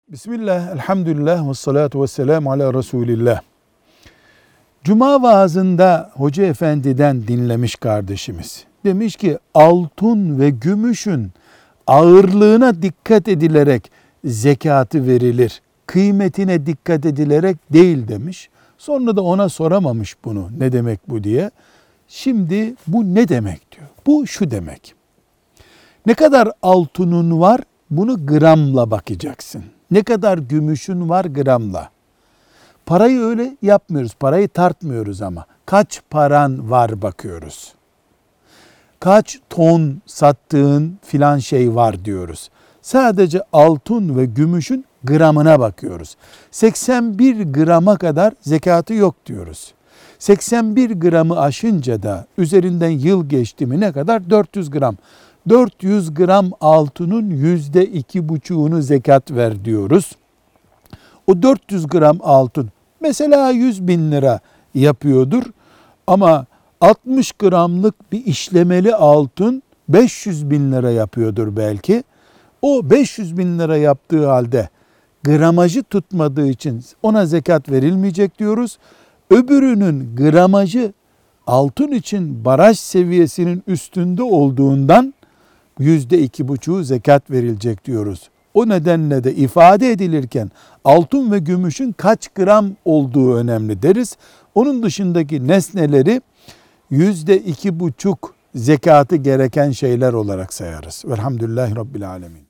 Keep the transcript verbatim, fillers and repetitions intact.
Bismillah, elhamdülillah ve salatu ve selamu ala Resulillah. Cuma vaazında Hoca Efendi'den dinlemiş kardeşimiz. Demiş ki altın ve gümüşün ağırlığına dikkat edilerek zekatı verilir. Kıymetine dikkat edilerek değil demiş. Sonra da ona soramamış bunu ne demek bu diye. Şimdi bu ne demek diyor. Bu şu demek. Ne kadar altının var bunu gramla bakacaksın. Ne kadar gümüşün var gramla. Parayı öyle yapmıyoruz. Parayı tartmıyoruz ama. Kaç paran var bakıyoruz. Kaç ton sattığın filan şey var diyoruz. Sadece altın ve gümüşün gramına bakıyoruz. seksen bir grama kadar zekatı yok diyoruz. seksen bir gramı aşınca da üzerinden yıl geçti mi ne kadar? dört yüz gram. dört yüz gram altının yüzde iki buçuğunu zekat ver diyoruz. O dört yüz gram altın mesela yüz bin lira yapıyordur ama altmış gramlık bir işlemeli altın beş yüz bin lira yapıyordur belki. O beş yüz bin lira yaptığı halde gramajı tutmadığı için ona zekat verilmeyecek diyoruz. Öbürünün gramajı altın için baraj seviyesinin üstünde olduğundan yüzde iki buçuğu zekat verilecek diyoruz. O nedenle de ifade edilirken altın ve gümüşün kaç gram olduğu önemli deriz. Onun dışındaki nesneleri yüzde iki buçuk zekatı gereken şeyler olarak sayarız. Velhamdülillahi Rabbil Alemin.